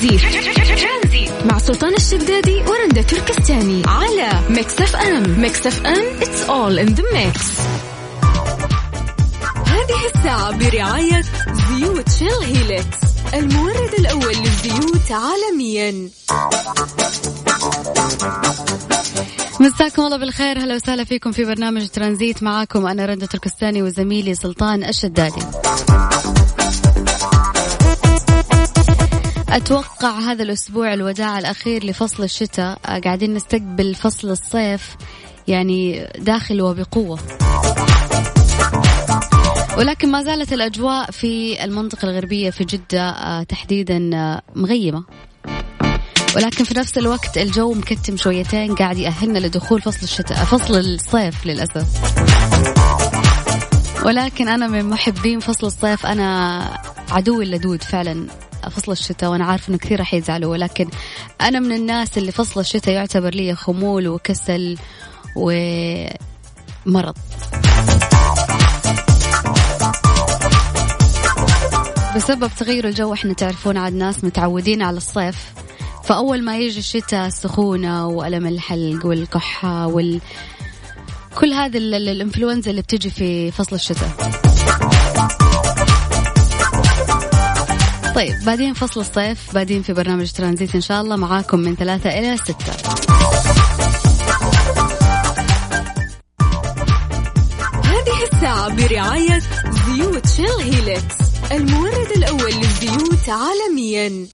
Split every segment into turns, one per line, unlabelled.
ترانزيت مع سلطان الشدادي ورندا تركستاني على ميكس اف ام. It's all in the mix. هذه الساعة برعاية زيوت شيل هيلكس، المورد الأول للزيوت عالميا.
مساكم الله بالخير، هلا وسهلا فيكم في برنامج ترانزيت. معاكم أنا رندا تركستاني وزميلي سلطان الشدادي. أتوقع هذا الأسبوع الوداع الأخير لفصل الشتاء، قاعدين نستقبل فصل الصيف يعني داخل وبقوة، ولكن ما زالت الأجواء في المنطقة الغربية في جدة تحديدا مغيمة، ولكن في نفس الوقت الجو مكتم شويتين، قاعد يأهلنا لدخول فصل الشتاء، فصل الصيف للأسف. ولكن أنا من محبين فصل الصيف، أنا عدوي اللدود فعلا فصل الشتاء، وأنا عارف إنه كثير رح يزعلوا، ولكن أنا من الناس اللي فصل الشتاء يعتبر لي خمول وكسل ومرض. بسبب تغير الجو، احنا تعرفون عاد ناس متعودين على الصيف، فأول ما يجي الشتاء السخونة وألم الحلق والكحة كل هذه الانفلونزا اللي بتجي في فصل الشتاء. طيب بعدين فصل الصيف، بعدين في برنامج ترانزيت إن شاء الله معاكم من 3 إلى 6.
هذه الساعة برعاية زيوت شيل هيلكس، المورد الأول للزيوت عالميا.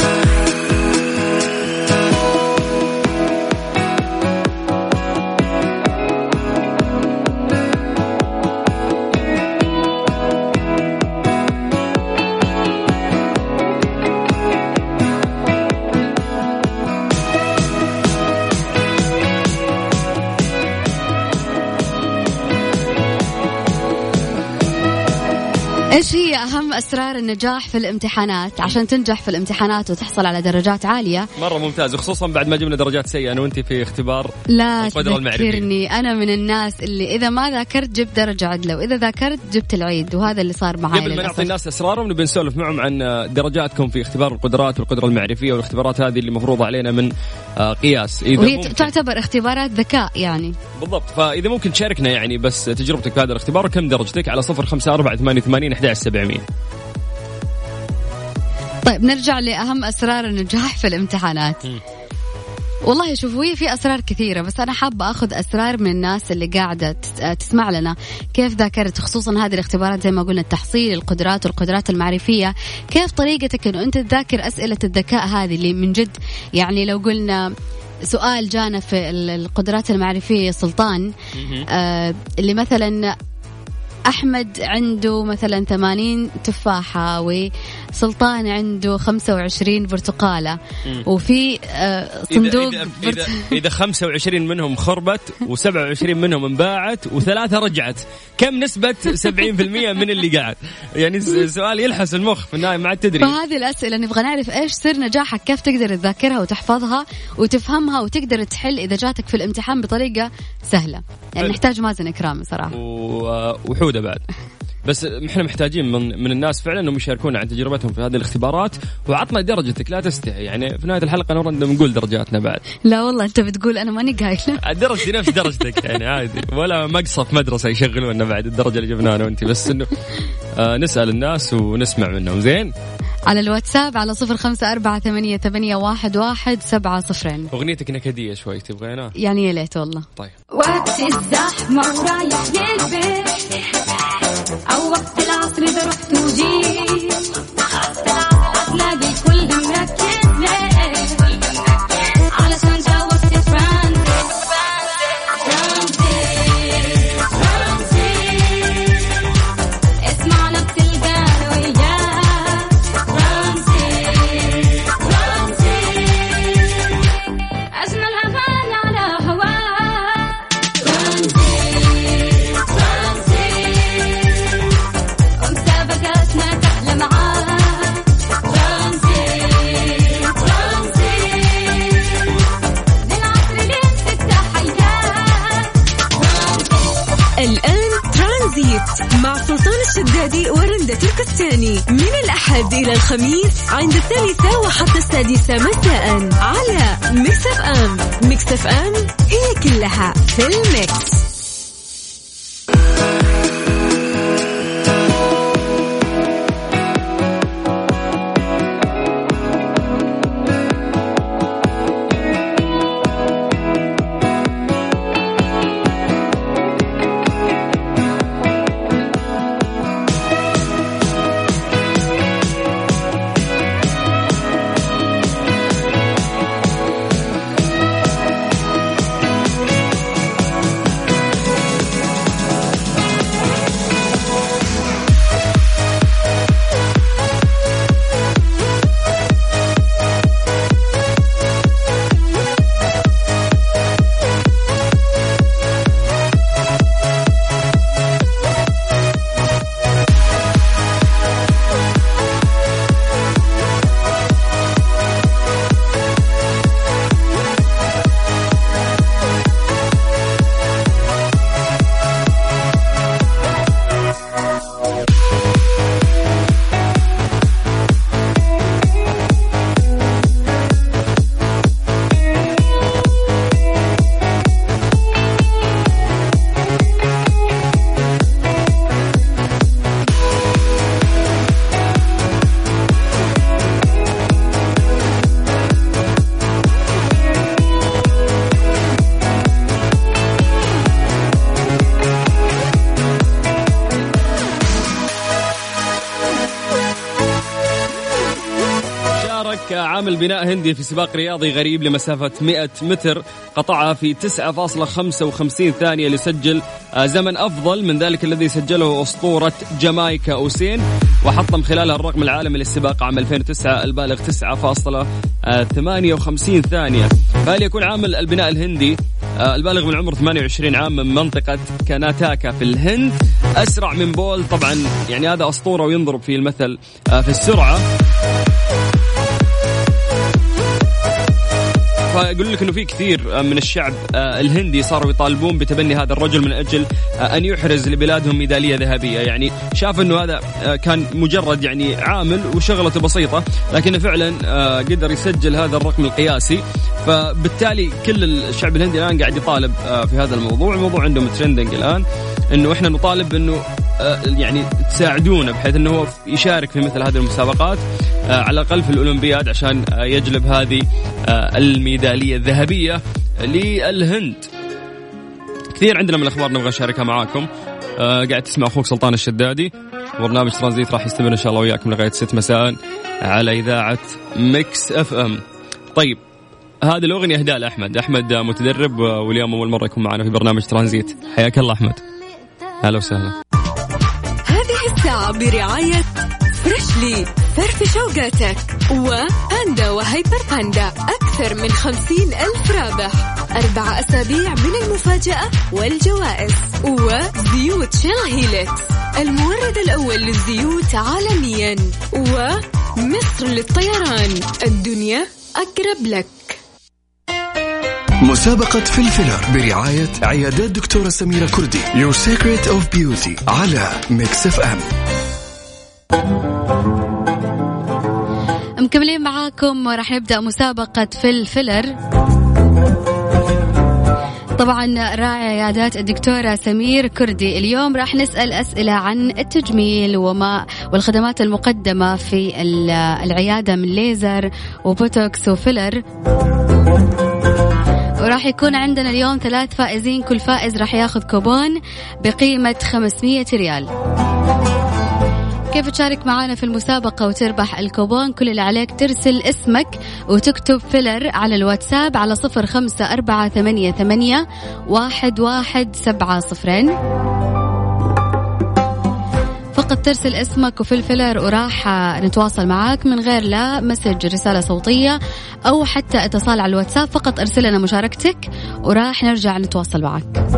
إيش هي أهم أسرار النجاح في الامتحانات عشان تنجح في الامتحانات وتحصل على درجات عالية؟
مرة ممتاز، وخصوصا بعد ما جبنا درجات سيئة أنا وأنت في اختبار
لا تذكرني، أنا من الناس اللي إذا ما ذاكرت جبت درجة عدلة، وإذا ذاكرت جبت العيد، وهذا اللي صار معي.
قبل ما نعطي الناس أسرارهم نبي نسولف معهم عن درجاتكم في اختبار القدرات والقدرة المعرفية، والاختبارات هذه اللي مفروضة علينا من قياس،
وهي تعتبر اختبارات ذكاء يعني.
بالضبط، فإذا ممكن تشاركنا يعني بس تجربتك في هذا الاختبار وكم درجتك على 0548811700.
طيب نرجع لأهم أسرار النجاح في الامتحانات. والله شوفوا، هي في أسرار كثيرة، بس أنا حابة أخذ أسرار من الناس اللي قاعدة تسمع لنا. كيف ذاكرت خصوصا هذه الاختبارات زي ما قلنا، التحصيل، القدرات والقدرات المعرفية، كيف طريقتك إنه أنت تذاكر أسئلة الذكاء هذه اللي من جد يعني لو قلنا سؤال جانا في القدرات المعرفية سلطان، اللي مثلا أحمد عنده مثلا 80 تفاحة وسلطان عنده 25 برتقالة، وفي صندوق
إذا 25 منهم خربت و27 منهم انباعت و3 رجعت، كم نسبة 70% من اللي قاعد؟ يعني سؤال يلحس المخ في النهاية، ما عاد تدري.
فهذه الأسئلة نبغى نعرف إيش سر نجاحك، كيف تقدر تذاكرها وتحفظها وتفهمها وتقدر تحل إذا جاتك في الامتحان بطريقة سهلة. يعني نحتاج مازن إكرام صراحة
وحودة بعد، بس احنا محتاجين من الناس فعلا انهم يشاركونا عن تجربتهم في هذه الاختبارات، وعطنا درجتك لا تستحي. يعني في نهاية الحلقة نقول درجاتنا بعد.
لا والله انت بتقول انا ماني قايله.
درجتي نفس درجتك يعني عادي، ولا مقصة في مدرسة يشغلونا بعد الدرجة اللي جبناها انا وانت، بس انه نسأل الناس ونسمع منهم. زين،
على الواتساب على 0548811700.
اغنيتك نكدية شوي تبغينا
يعني يا ليت والله.
طيب
وقت الزحمة ورايح للبيت، أو وقت العصر إذا رحت وجيت، هتلاقي كل مركز ليه، علشان جا وقت ترانزيت. اسمعنا بتلقانا وياك، ترانزيت أجمل هفان على هواك، ترانزيت ومسابقاتنا تحلى
سلطان الشدادي ورندا تركستاني من الأحد إلى الخميس عند 3 وحتى 6 مساء على ميكس اف ام. ميكس اف ام هي كلها في الميكس.
عامل بناء هندي في سباق رياضي غريب لمسافة 100 متر قطعها في 9.55 ثانية ليسجل زمن أفضل من ذلك الذي سجله أسطورة جامايكا أوسين، وحطم خلالها الرقم العالمي للسباق عام 2009 البالغ 9.58 ثانية. فهل يكون عامل البناء الهندي البالغ من عمر 28 عام من منطقة كاناتاكا في الهند أسرع من بول؟ طبعا يعني هذا أسطورة وينضرب فيه المثل في السرعة. فأقول لك أنه في كثير من الشعب الهندي صاروا يطالبون بتبني هذا الرجل من أجل أن يحرز لبلادهم ميدالية ذهبية. يعني شاف أنه هذا كان مجرد يعني عامل وشغلته بسيطة، لكنه فعلا قدر يسجل هذا الرقم القياسي. فبالتالي كل الشعب الهندي الآن قاعد يطالب في هذا الموضوع. الموضوع عندهم ترندنج الآن، أنه إحنا نطالب أنه يعني تساعدونه بحيث أنه هو يشارك في مثل هذه المسابقات على الأقل في الأولمبياد عشان يجلب هذه الميدالية الذهبية للهند. كثير عندنا من الأخبار نبغى نشاركها معاكم. قاعد تسمع أخوك سلطان الشدادي، برنامج ترانزيت راح يستمر إن شاء الله وياكم لغاية 6 مساء على إذاعة ميكس اف ام. طيب هذه الأغنية أهداء لأحمد. أحمد متدرب واليوم أول مرة يكون معنا في برنامج ترانزيت. حياك الله أحمد، هلا وسهلا.
هذه الساعة برعاية فريشلي فرف شوقاتك وباندا وهيبر باندا. أكثر من 50,000 رابح، 4 أسابيع من المفاجأة والجوائز. وزيوت شيل هيلكس المورد الأول للزيوت عالميا. ومصر للطيران، الدنيا أقرب لك.
مسابقة في الفيلر برعاية عيادات دكتورة سميرة كردي. Your Secret of Beauty على ميكس اف ام.
مكملين معاكم، راح نبدأ مسابقة في الفيلر. طبعا راعي عيادات الدكتورة سمير كردي. اليوم راح نسأل أسئلة عن التجميل والخدمات المقدمة في العيادة من ليزر وبوتوكس وفيلر. وراح يكون عندنا اليوم 3 فائزين، كل فائز راح ياخذ كوبون بقيمة 500 ريال. كيف تشارك معنا في المسابقة وتربح الكوبون؟ كل اللي عليك ترسل اسمك وتكتب فيلر على الواتساب على 0548811700. فقط ترسل اسمك وفي الفيلر وراح نتواصل معاك من غير لا مسج، رسالة صوتية أو حتى اتصال على الواتساب. فقط ارسل لنا مشاركتك وراح نرجع نتواصل معك.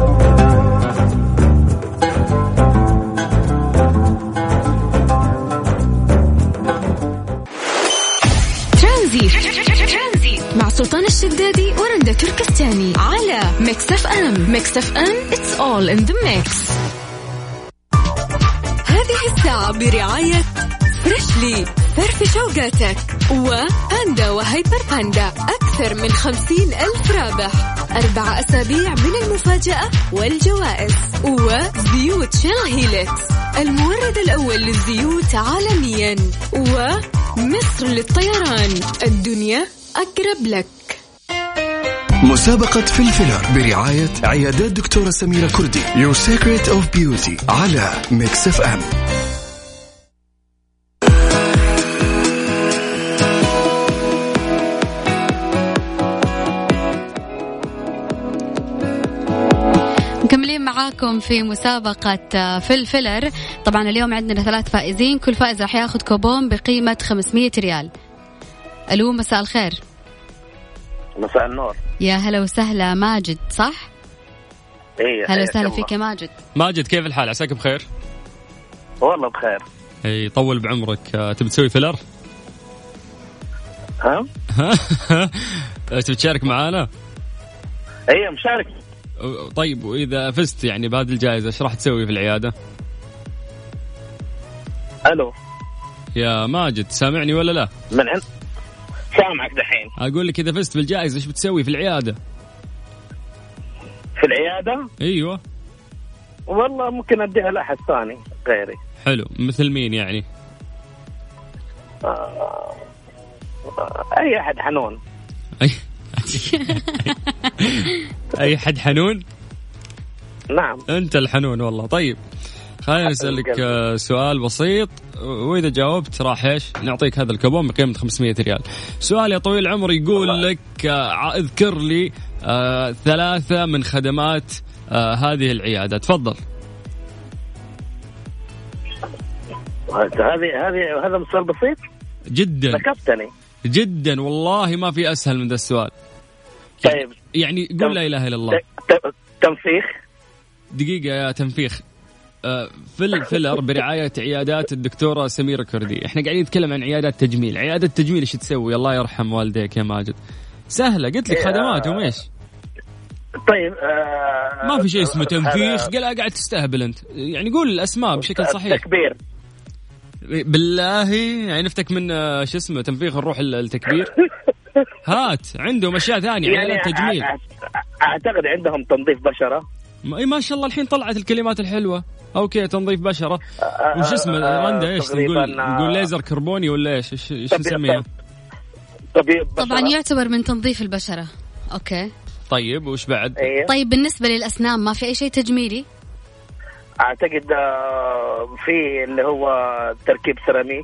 ترانزيت مع سلطان الشدادي ورندا تركستاني على ميكس اف ام. ميكس اف ام it's all in the mix. الساعة برعاية فريشلي فرف شوقاتك وباندا وهيبر باندا. أكثر من 50,000 رابح، 4 أسابيع من المفاجأة والجوائز. وزيوت شيل هيلكس المورد الأول للزيوت عالميا. ومصر للطيران، الدنيا أقرب لك.
مسابقة فلفلر برعاية عيادات دكتورة سميرة كردي Your Secret of Beauty على ميكس اف ام.
مكملين معاكم في مسابقة فلفلر. طبعا اليوم عندنا 3 فائزين، كل فائز راح ياخذ كوبون بقيمة 500 ريال. ألو، مساء الخير.
مساء النور.
يا هلا وسهلا، ماجد صح؟
ايه،
هلا وسهلا فيك يا ماجد.
ماجد كيف الحال؟ عساك بخير؟
والله بخير.
اي طول بعمرك. تبي تسوي فيلر؟
ها؟
تبي تشارك معانا؟
ايه مشارك.
طيب واذا فزت يعني بهذه الجائزة ايش راح تسوي في العيادة؟
الو
يا ماجد سامعني ولا لا؟
من عند سامعك دحين.
اقول لك اذا فزت بالجائزة ايش بتسوي في العيادة؟
في العيادة؟
ايوه
والله ممكن اديها لاحد ثاني غيري.
حلو، مثل مين يعني؟
اي احد حنون.
اي حد حنون؟
نعم
انت الحنون والله. طيب خلينا نسألك سؤال بسيط، وإذا جاوبت راح إيش نعطيك هذا الكوبون بقيمة 500 ريال. سؤال يا طويل العمر يقول لك اذكر لي 3 من خدمات هذه العيادة. تفضل.
هذا سؤال بسيط
جدا.
ذكرتني
جدا والله، ما في أسهل من ذا السؤال.
طيب
يعني قول لا إله إلا الله.
تنفيخ.
دقيقة يا تنفيخ. فلر برعاية عيادات الدكتورة سميرة كردي. احنا قاعدين نتكلم عن عيادات تجميل. عيادة تجميل ايش تسوي؟ الله يرحم والديك يا ماجد. سهلة، قلت لك خدمات وميش.
طيب
ما في شيء اسمه تنفيخ. قاعد تستهبل انت. يعني قول الاسماء بشكل صحيح.
تكبير.
بالله يعني نفتك من شو اسمه تنفيخ الروح التكبير. هات عندهم اشياء ثانية. يعني عيادات تجميل
اعتقد عندهم تنظيف بشرة.
ما شاء الله الحين طلعت الكلمات الحلوة. اوكي تنظيف بشرة. وش اسمه رندا ايش نقول ليزر كربوني ولا ايش نسميها؟
طبعا يعتبر من تنظيف البشرة. اوكي
طيب وش بعد؟
طيب بالنسبة للأسنان ما في أي شيء تجميلي؟
اعتقد في اللي هو تركيب سيراميك.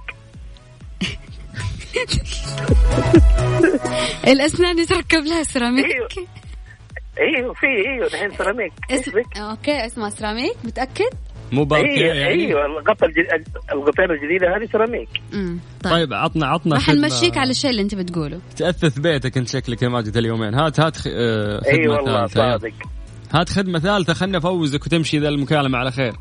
الأسنان يتركب لها سيراميك.
ايوه في الحين سيراميك.
اوكي اسمها سيراميك. متأكد؟
مو باقي يعني.
ايوه الغطية الجديدة هذه سيراميك.
طيب عطنا
راح نمشيك على الشيء اللي انت بتقوله.
تأثث بيتك انت شكلك يا ماجد اليومين. هات خدمة ثالثة. هات خدمة ثالثة خلنا نفوزك وتمشي ذا المكالمة على خير.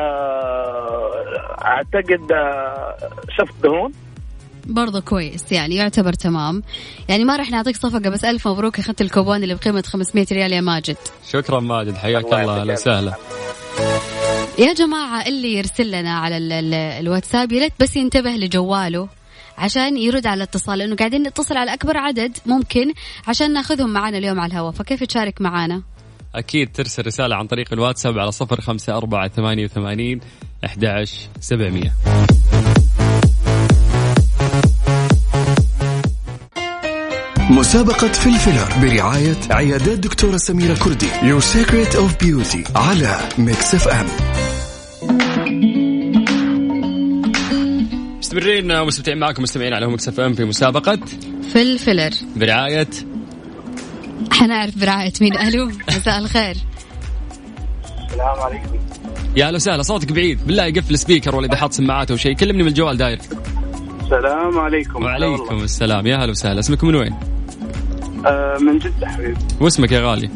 اعتقد شفط دهون
برضو كويس، يعني يعتبر تمام. يعني ما رح نعطيك صفقة، بس ألف مبروك أخذت الكوبون اللي بقيمة 500 ريال يا ماجد.
شكرا ماجد، حياك الله. أهلا وسهلا.
يا جماعة اللي يرسل لنا على الواتساب يا ريت بس ينتبه لجواله عشان يرد على الاتصال، لأنه قاعدين نتصل على أكبر عدد ممكن عشان ناخذهم معنا اليوم على الهواء. فكيف تشارك معنا؟ أكيد ترسل رسالة عن طريق الواتساب على 0548811700.
مسابقة فلفلر برعاية عيادات دكتورة سميرة كردي Your Secret of Beauty على ميكس اف ام.
مستمرين مستمتعين معكم مستمعين على ميكس اف ام في مسابقة
فلفلر
برعاية.
حنعرف برعاية مين. ألو مساء الخير.
السلام عليكم.
يا أهلا وسهلا. صوتك بعيد بالله، يقفل السبيكر ولا إذا حاط سماعات أو شيء. كلمني من الجوال دايركت.
السلام عليكم.
وعليكم السلام. يا هلا وسهلا. اسمك من وين؟
من جدة حبيبي.
واسمك يا غالي؟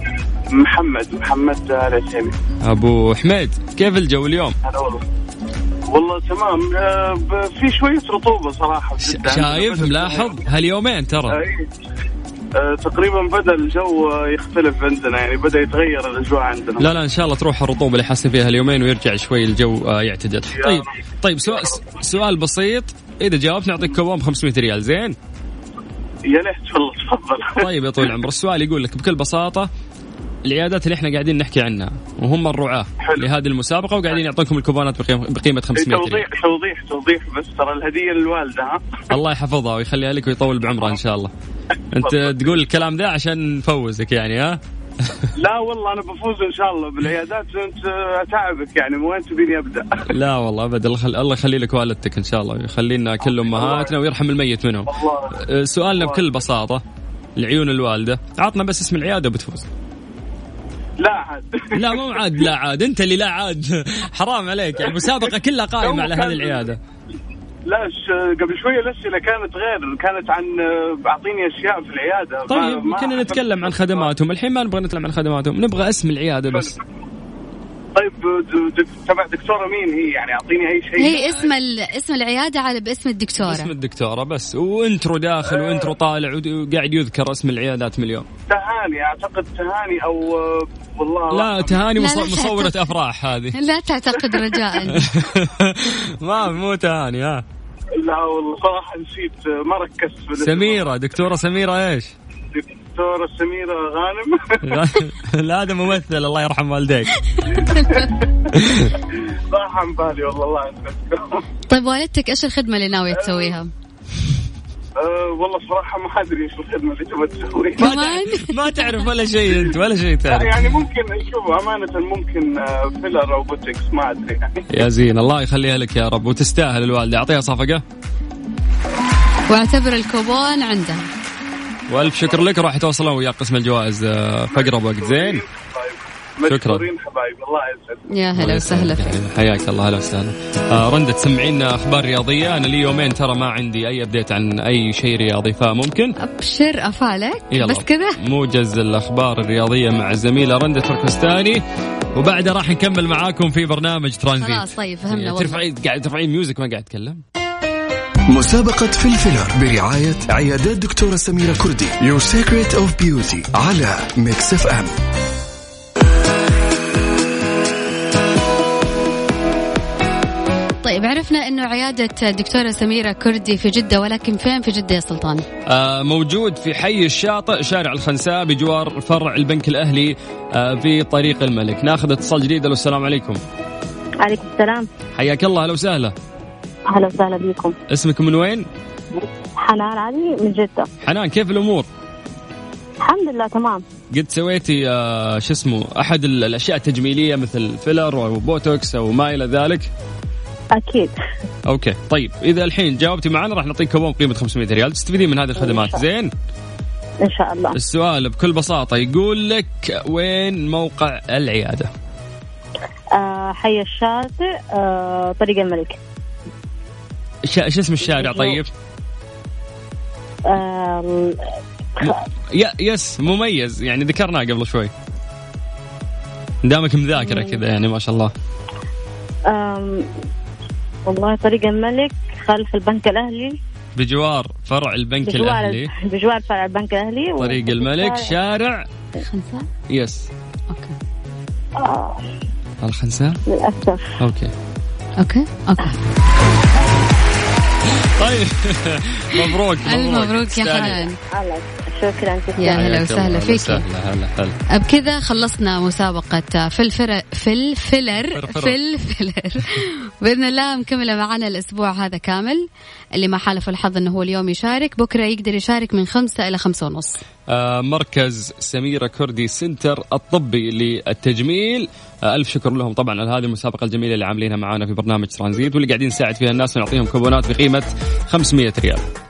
محمد العسيمي.
أبو حميد، كيف الجو اليوم؟
والله تمام. في شوية رطوبة صراحة.
شايف ملاحظ هاليومين ترى.
تقريبا بدأ الجو يختلف عندنا، يعني بدأ يتغير الأجواء عندنا.
لا إن شاء الله تروح الرطوبة اللي حاسين فيها اليومين ويرجع شوي الجو يعتدل. طيب سؤال بسيط، إذا جاوبت نعطيك كوبون ب500 ريال. زين؟
يا ليت والله، تفضل.
طيب يا طويل العمر، السؤال يقول لك بكل بساطة، العيادات اللي احنا قاعدين نحكي عنها وهم الرعاة لهذه المسابقة وقاعدين يعطونكم الكوبونات بقيمة 500 ريال.
توضيح بس، ترى الهدية للوالدة. ها
الله يحفظها ويخليها لك ويطول بعمرها إن شاء الله. أنت تقول الكلام ده عشان نفوزك يعني؟ ها؟
لا والله أنا بفوز إن شاء الله بالعيادات، أنت أتعبك يعني، من وين تبيني أبدأ؟
لا والله أبدا، الله يخلي لك والدتك إن شاء الله ويخلينا كل أمهاتنا ويرحم الميت منهم. سؤالنا بكل بساطة لعيون الوالدة، عطنا بس اسم العيادة وبتفوز.
لا عاد.
لا مو عاد، لا عاد أنت اللي لا عاد. حرام عليك، يعني المسابقة كلها قائمة على هذه العيادة.
لا قبل شوية الأسئلة كانت غير، كانت عن أعطيني أشياء في العيادة.
طيب كنا نتكلم عن خدماتهم، الحين ما نبغى نتكلم عن خدماتهم، نبغى اسم العيادة بس.
طيب تبع دكتورة مين هي يعني؟ أعطيني أي شيء.
هي اسم العيادة على باسم الدكتورة.
اسم الدكتورة بس، وانترو داخل وانترو طالع وقاعد يذكر اسم العيادات مليون.
تهاني، أعتقد تهاني أو والله.
لا تهاني مصورة أفراح هذه.
لا تعتقد رجاء.
مو تهاني. ها
لا والله صراحة نسيت، ما ركزت.
سميرة، دكتورة سميرة إيش؟
دكتورة سميرة غانم.
لا هذا ممثل، الله يرحم والديك.
راح عن بالي والله، الله يسعدك.
طيب والدتك إيش الخدمة اللي ناوية تسويها؟
والله صراحة ما أدري إيش الخدمة اللي تبغى تسويها.
ما تعرف ولا شيء أنت، ولا شيء تعرف
يعني. ممكن نشوف أمانة، ممكن فيلر أو بوتكس، ما أدري يعني.
يا زين، الله يخليها لك يا رب، وتستاهل الوالدة، أعطيها صفقة
واعتبر الكوبون عندها.
والف شكر لك، راح توصلوا ويا قسم الجوائز في أقرب وقت. زين، شكرا
حبايب، الله يسعدك.
يا هلا وسهلا فيك،
حياك الله. هلا وسهلا. رندة تسمعينا أخبار رياضية؟ أنا لي يومين ترى ما عندي أي أبديت عن أي شيء رياضي، فممكن
أبشر أفعلك بس كذا
موجز الأخبار الرياضية مع الزميلة رندة تركستاني، وبعدها راح نكمل معاكم في برنامج ترانزيت.
خلاص طيب فهمنا.
قاعد ترفعين ميوزك ما قاعد أتكلم.
مسابقة في الفيلر برعاية عيادات دكتورة سميرة كردي. Your Secret of Beauty على ميكس اف ام.
طيب عرفنا انه عيادة دكتورة سميرة كردي في جدة، ولكن فين في جدة يا سلطان؟
موجود في حي الشاطئ، شارع الخنساء، بجوار فرع البنك الأهلي في طريق الملك. ناخذ اتصال جديد. السلام عليكم.
عليكم السلام.
حياك الله. هلا وسهلا.
أهلا وسهلا بكم.
اسمك من وين؟
حنان علي من جدة.
حنان، كيف الأمور؟
الحمد لله تمام.
قد سويتي شو اسمه أحد الأشياء التجميلية مثل فيلر أو بوتوكس أو ما إلى ذلك؟
أكيد.
أوكي طيب، إذا الحين جاوبتي معنا راح نعطيك كوبون قيمة 500 ريال تستفيدين من هذه الخدمات. زين
إن شاء الله.
السؤال بكل بساطة يقول لك وين موقع العيادة؟
حي الشاطئ، طريق الملك.
شو اسم الشارع طيب؟ يس مميز يعني، ذكرناه قبل شوي. دامك مذاكرة كذا يعني ما شاء الله.
والله طريق الملك خلف البنك الأهلي،
بجوار فرع البنك الأهلي.
بجوار فرع البنك الأهلي،
طريق الملك، شارع
الخنساء.
يس
اوكي.
الخنساء للأسف.
اوكي. طيب مبروك
يا حنان.
شكرا.
يا هلا وسهلا فيك.
هلا.
بكذا خلصنا مسابقة في الفيلر بإذن الله مكملة معنا الأسبوع هذا كامل. اللي ما حالف الحظ أنه هو اليوم يشارك، بكرة يقدر يشارك من 5 إلى 5:30.
مركز سميرة كردي سنتر الطبي للتجميل، ألف شكر لهم طبعا على هذه المسابقة الجميلة اللي عاملينها معنا في برنامج ترانزيت، واللي قاعدين نساعد فيها الناس ونعطيهم كوبونات بقيمة 500 ريال.